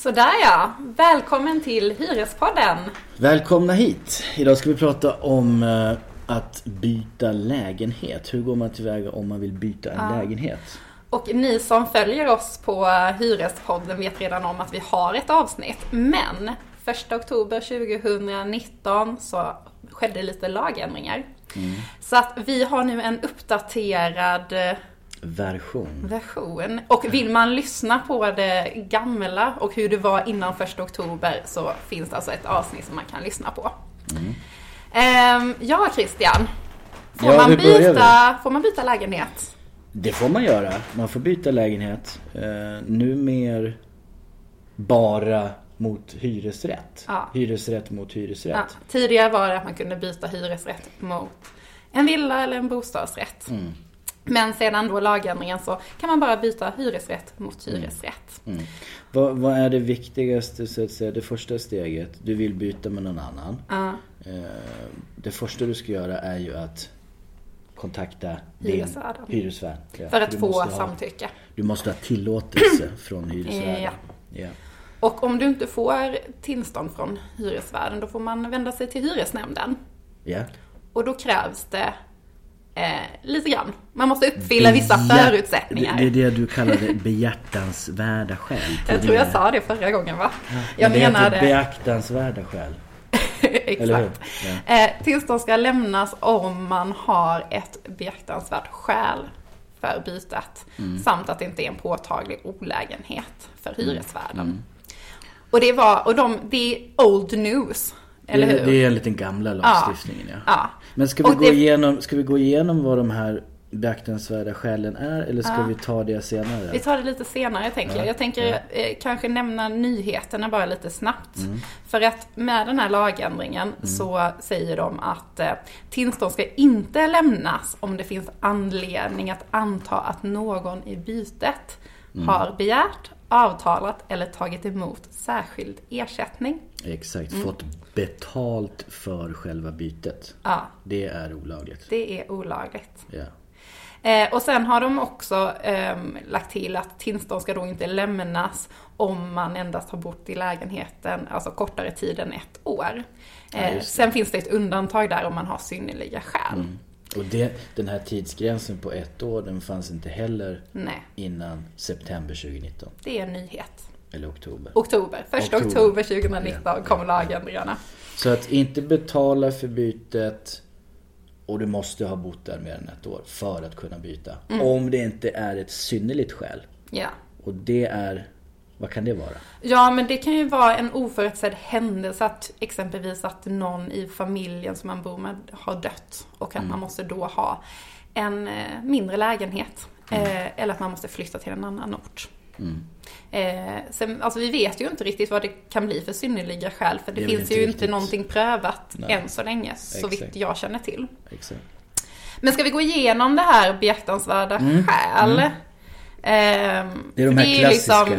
Sådär ja, välkommen till Hyrespodden. Välkomna hit. Idag ska vi prata om att byta lägenhet. Hur går man tillväga om man vill byta en lägenhet? Och ni som följer oss på Hyrespodden vet redan om att vi har ett avsnitt. Men 1 oktober 2019 så skedde lite lagändringar. Så att vi har nu en uppdaterad version. Och vill man lyssna på det gamla och hur det var innan 1 oktober så finns det alltså ett avsnitt som man kan lyssna på. Ja, Christian. Får man byta lägenhet? Det får man göra. Man får byta lägenhet. Numer bara mot hyresrätt. Ja. Hyresrätt mot hyresrätt. Ja. Tidigare var det att man kunde byta hyresrätt mot en villa eller en bostadsrätt. Men sedan då lagändringen så kan man bara byta hyresrätt mot hyresrätt. Vad är det viktigaste, så att säga, det första steget? Du vill byta med någon annan. Det första du ska göra är ju att kontakta din hyresvärd. Ja. För att få samtycke. Du måste ha tillåtelse från hyresvärden. Ja. Och om du inte får tillstånd från hyresvärden, då får man vända sig till hyresnämnden. Ja. Och då krävs det lite grann. Man måste uppfylla vissa förutsättningar. Det är det du kallade behjärtansvärda skäl. Jag tror jag sa det förra gången, va? Ja, jag menade beaktansvärda skäl. Exakt. Ja. Tillstånd ska lämnas om man har ett beaktansvärt skäl för bytet. Samt att det inte är en påtaglig olägenhet för hyresvärden. Och det är old news. Eller hur? Det är en liten gamla lagstiftningen, ja. Men ska vi gå igenom vad de här beaktansvärda skälen är, eller ska vi ta det senare? Vi tar det lite senare, tänker jag. Jag tänker kanske nämna nyheterna bara lite snabbt. För att med den här lagändringen så säger de att tillstånd ska inte lämnas om det finns anledning att anta att någon i bytet har begärt, avtalat eller tagit emot särskild ersättning. Exakt, fått betalt för själva bytet. Ja. Det är olagligt. Det är olagligt. Ja. Och sen har de också lagt till att tillstånd ska då inte lämnas om man endast har bott i lägenheten, alltså kortare tid än 1 år. Sen finns det ett undantag där om man har synnerliga skäl. Och den här tidsgränsen på 1 år, den fanns inte heller innan september 2019. Det är en nyhet. Eller oktober. 1 oktober 2019 kom lagändringarna. Så att inte betala för bytet, och du måste ha bott där mer än 1 år för att kunna byta. Om det inte är ett synnerligt skäl. Ja. Och det är, vad kan det vara? Ja, men det kan ju vara en oförutsedd händelse, att exempelvis att någon i familjen som man bor med har dött och att man måste då ha en mindre lägenhet. Eller att man måste flytta till en annan ort. Sen, alltså vi vet ju inte riktigt vad det kan bli för synnerliga skäl, för det finns ju inte någonting prövat än så länge, så vitt jag känner till. Exakt. Men ska vi gå igenom det här beaktansvärda skäl? Det är de här klassiska.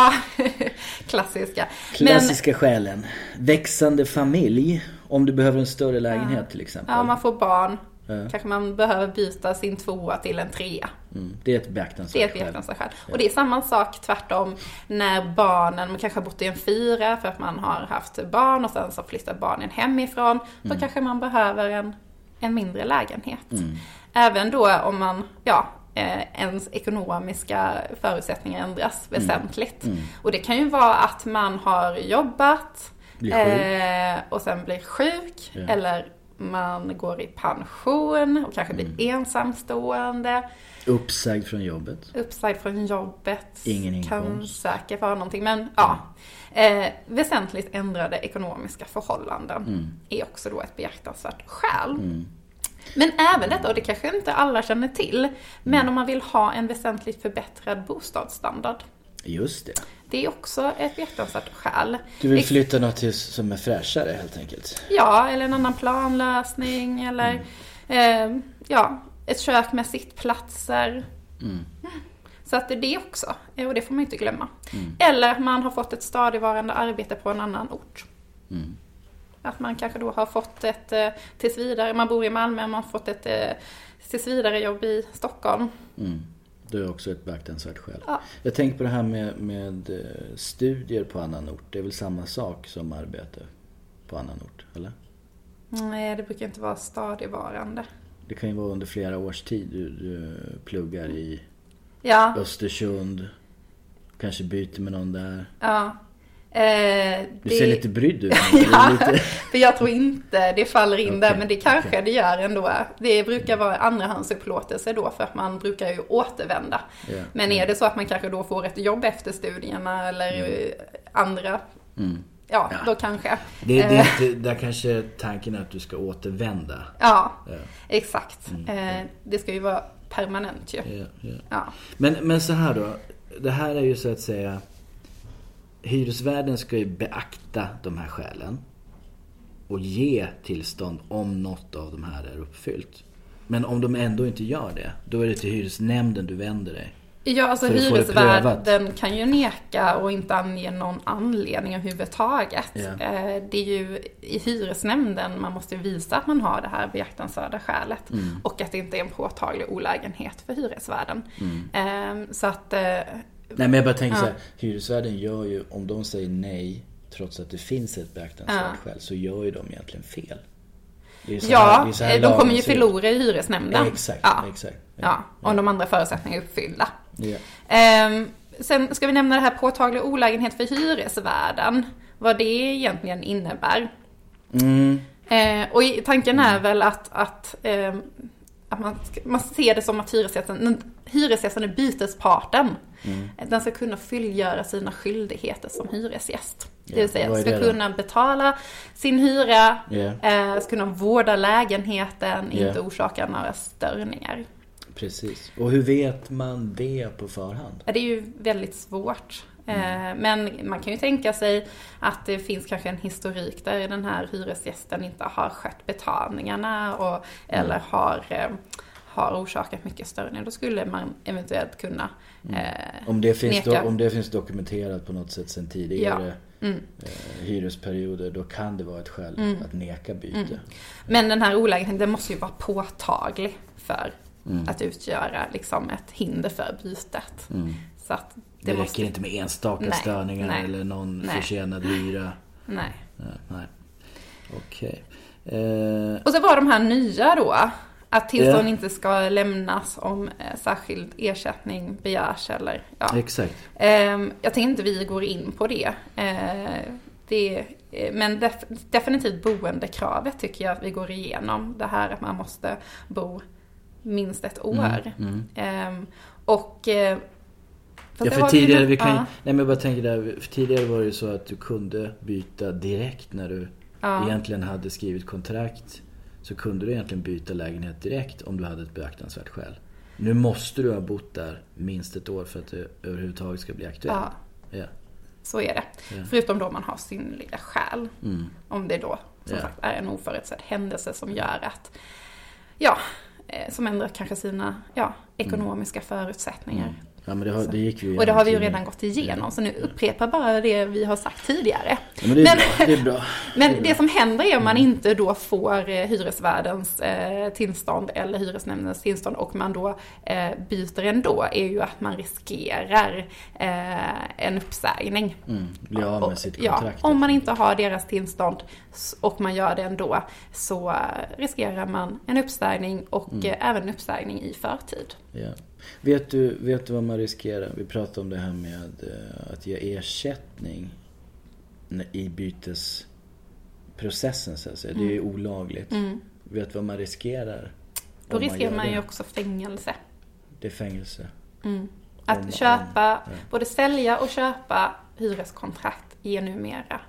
Klassiska skälen. Växande familj, om du behöver en större lägenhet till exempel. Ja, man får barn. Kanske man behöver byta sin 2 till en 3. Det är ett beaktansvärt skäl. Och det är samma sak tvärtom när man kanske har bott i en 4 för att man har haft barn och sen så flyttar barnen hemifrån. Då kanske man behöver en mindre lägenhet. Även då om man, ens ekonomiska förutsättningar ändras väsentligt. Och det kan ju vara att man har jobbat och sen blir sjuk eller man går i pension och kanske blir ensamstående. Uppsagd från jobbet. Ingen inkomst. Kan säkert vara någonting. Men väsentligt ändrade ekonomiska förhållanden är också då ett beaktansvärt skäl. Men även detta, och det kanske inte alla känner till, men om man vill ha en väsentligt förbättrad bostadsstandard. Just det. Det är också ett beaktansvärt skäl. Du vill flytta något som är fräschare helt enkelt? Ja, eller en annan planlösning eller ett kök med sittplatser. Så att det är också, och det får man inte glömma. Eller man har fått ett stadigvarande arbete på en annan ort. Att man kanske då har fått ett tillsvidare, man bor i Malmö, man har fått ett tillsvidare jobb i Stockholm. Det är också ett beaktansvärt skäl. Ja. Jag tänker på det här med studier på annan ort. Det är väl samma sak som arbete på annan ort, eller? Nej, det brukar inte vara stadigvarande. Det kan ju vara under flera års tid. Du pluggar i Östersund. Kanske byter med någon där. Ja. Du ser lite brydd ut. Ja, för jag tror inte det faller in där, men det kanske det gör ändå. Det brukar vara andrahandsupplåtelse då, för att man brukar ju återvända. Yeah. Men är det så att man kanske då får ett jobb efter studierna eller andra, då kanske. Det är inte, där kanske tanken är att du ska återvända. Ja. Exakt. Det ska ju vara permanent ju. Ja. Men så här då, det här är ju så att säga, hyresvärden ska ju beakta de här skälen och ge tillstånd om något av de här är uppfyllt. Men om de ändå inte gör det, då är det till hyresnämnden du vänder dig. Ja, alltså hyresvärden kan ju neka och inte ange någon anledning överhuvudtaget. Det är ju i hyresnämnden man måste visa att man har det här beaktansvärda skälet. Och att det inte är en påtaglig olägenhet för hyresvärden. Så att... Nej, men jag bara tänker så här, hyresvärden gör ju, om de säger nej trots att det finns ett beaktansvärt skäl, så gör ju de egentligen fel. De kommer ju förlora i hyresnämnden. Exakt. Om de andra förutsättningarna är uppfyllda. Sen ska vi nämna det här påtagliga olägenhet för hyresvärden. Vad det egentligen innebär. Och tanken är väl att man ser det som att hyresgästen är bytesparten. Den ska kunna fullgöra sina skyldigheter som hyresgäst. Det vill säga, ska kunna betala sin hyra, ska kunna vårda lägenheten, inte orsaka några störningar. Precis. Och hur vet man det på förhand? Det är ju väldigt svårt. Men man kan ju tänka sig att det finns kanske en historik där den här hyresgästen inte har skött betalningarna eller har orsakat mycket störningar. Då skulle man eventuellt kunna om det finns dokumenterat på något sätt sedan tidigare hyresperioder, då kan det vara ett skäl att neka byte. Men den här olägenheten, den måste ju vara påtaglig för att utgöra liksom ett hinder för bytet. Så att det räcker inte med enstaka störningar eller någon försenad hyra. Nej. Okej. Och så var de här nya då, att tillstånd inte ska lämnas om särskild ersättning begärs eller Exakt. Jag tänkte inte vi går in på det. Men definitivt boendekravet tycker jag att vi går igenom. Det här att man måste bo minst ett år. För tidigare jag bara tänker där, för tidigare var det ju så att du kunde byta direkt när du egentligen hade skrivit kontrakt, så kunde du egentligen byta lägenhet direkt om du hade ett beaktansvärt skäl. Nu måste du ha bott där minst ett år för att det överhuvudtaget ska bli aktuellt. Så är det. Förutom då man har synnerliga skäl. Om det då som sagt är en oförutsedd händelse som gör att som ändrar kanske sina ekonomiska förutsättningar. Ja, men det gick vi och det har vi ju redan gått igenom, så nu upprepar bara det vi har sagt tidigare. Ja, men det är bra. Men det som händer är om man inte då får hyresvärdens tillstånd eller hyresnämndens tillstånd och man då byter ändå, är ju att man riskerar en uppsägning. Bli av med sitt kontrakt. Om man inte har deras tillstånd och man gör det ändå, så riskerar man en uppsägning och även en uppsägning i förtid. Ja. Vet du vad man riskerar? Vi pratade om det här med att ge ersättning i bytesprocessen, så att säga. Det är ju olagligt. Vet du vad man riskerar? Då riskerar man ju också fängelse. Det är fängelse. Att både sälja och köpa hyreskontrakt ger numera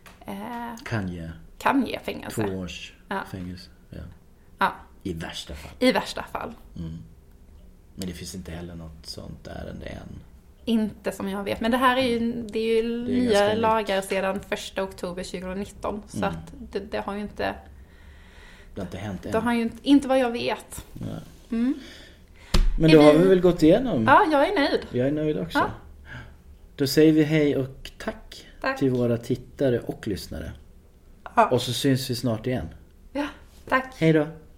kan ge fängelse. 2 års fängelse. I värsta fall. I värsta fall. Men det finns inte heller något sånt ärende än. Inte som jag vet. Men det här är ju, det är nya lagar sedan 1 oktober 2019. Så att det har ju inte... Det har inte hänt än. Det har ju inte vad jag vet. Men då har vi väl gått igenom. Ja, jag är nöjd. Jag är nöjd också. Då säger vi hej och tack till våra tittare och lyssnare. Och så syns vi snart igen. Ja, tack. Hej då.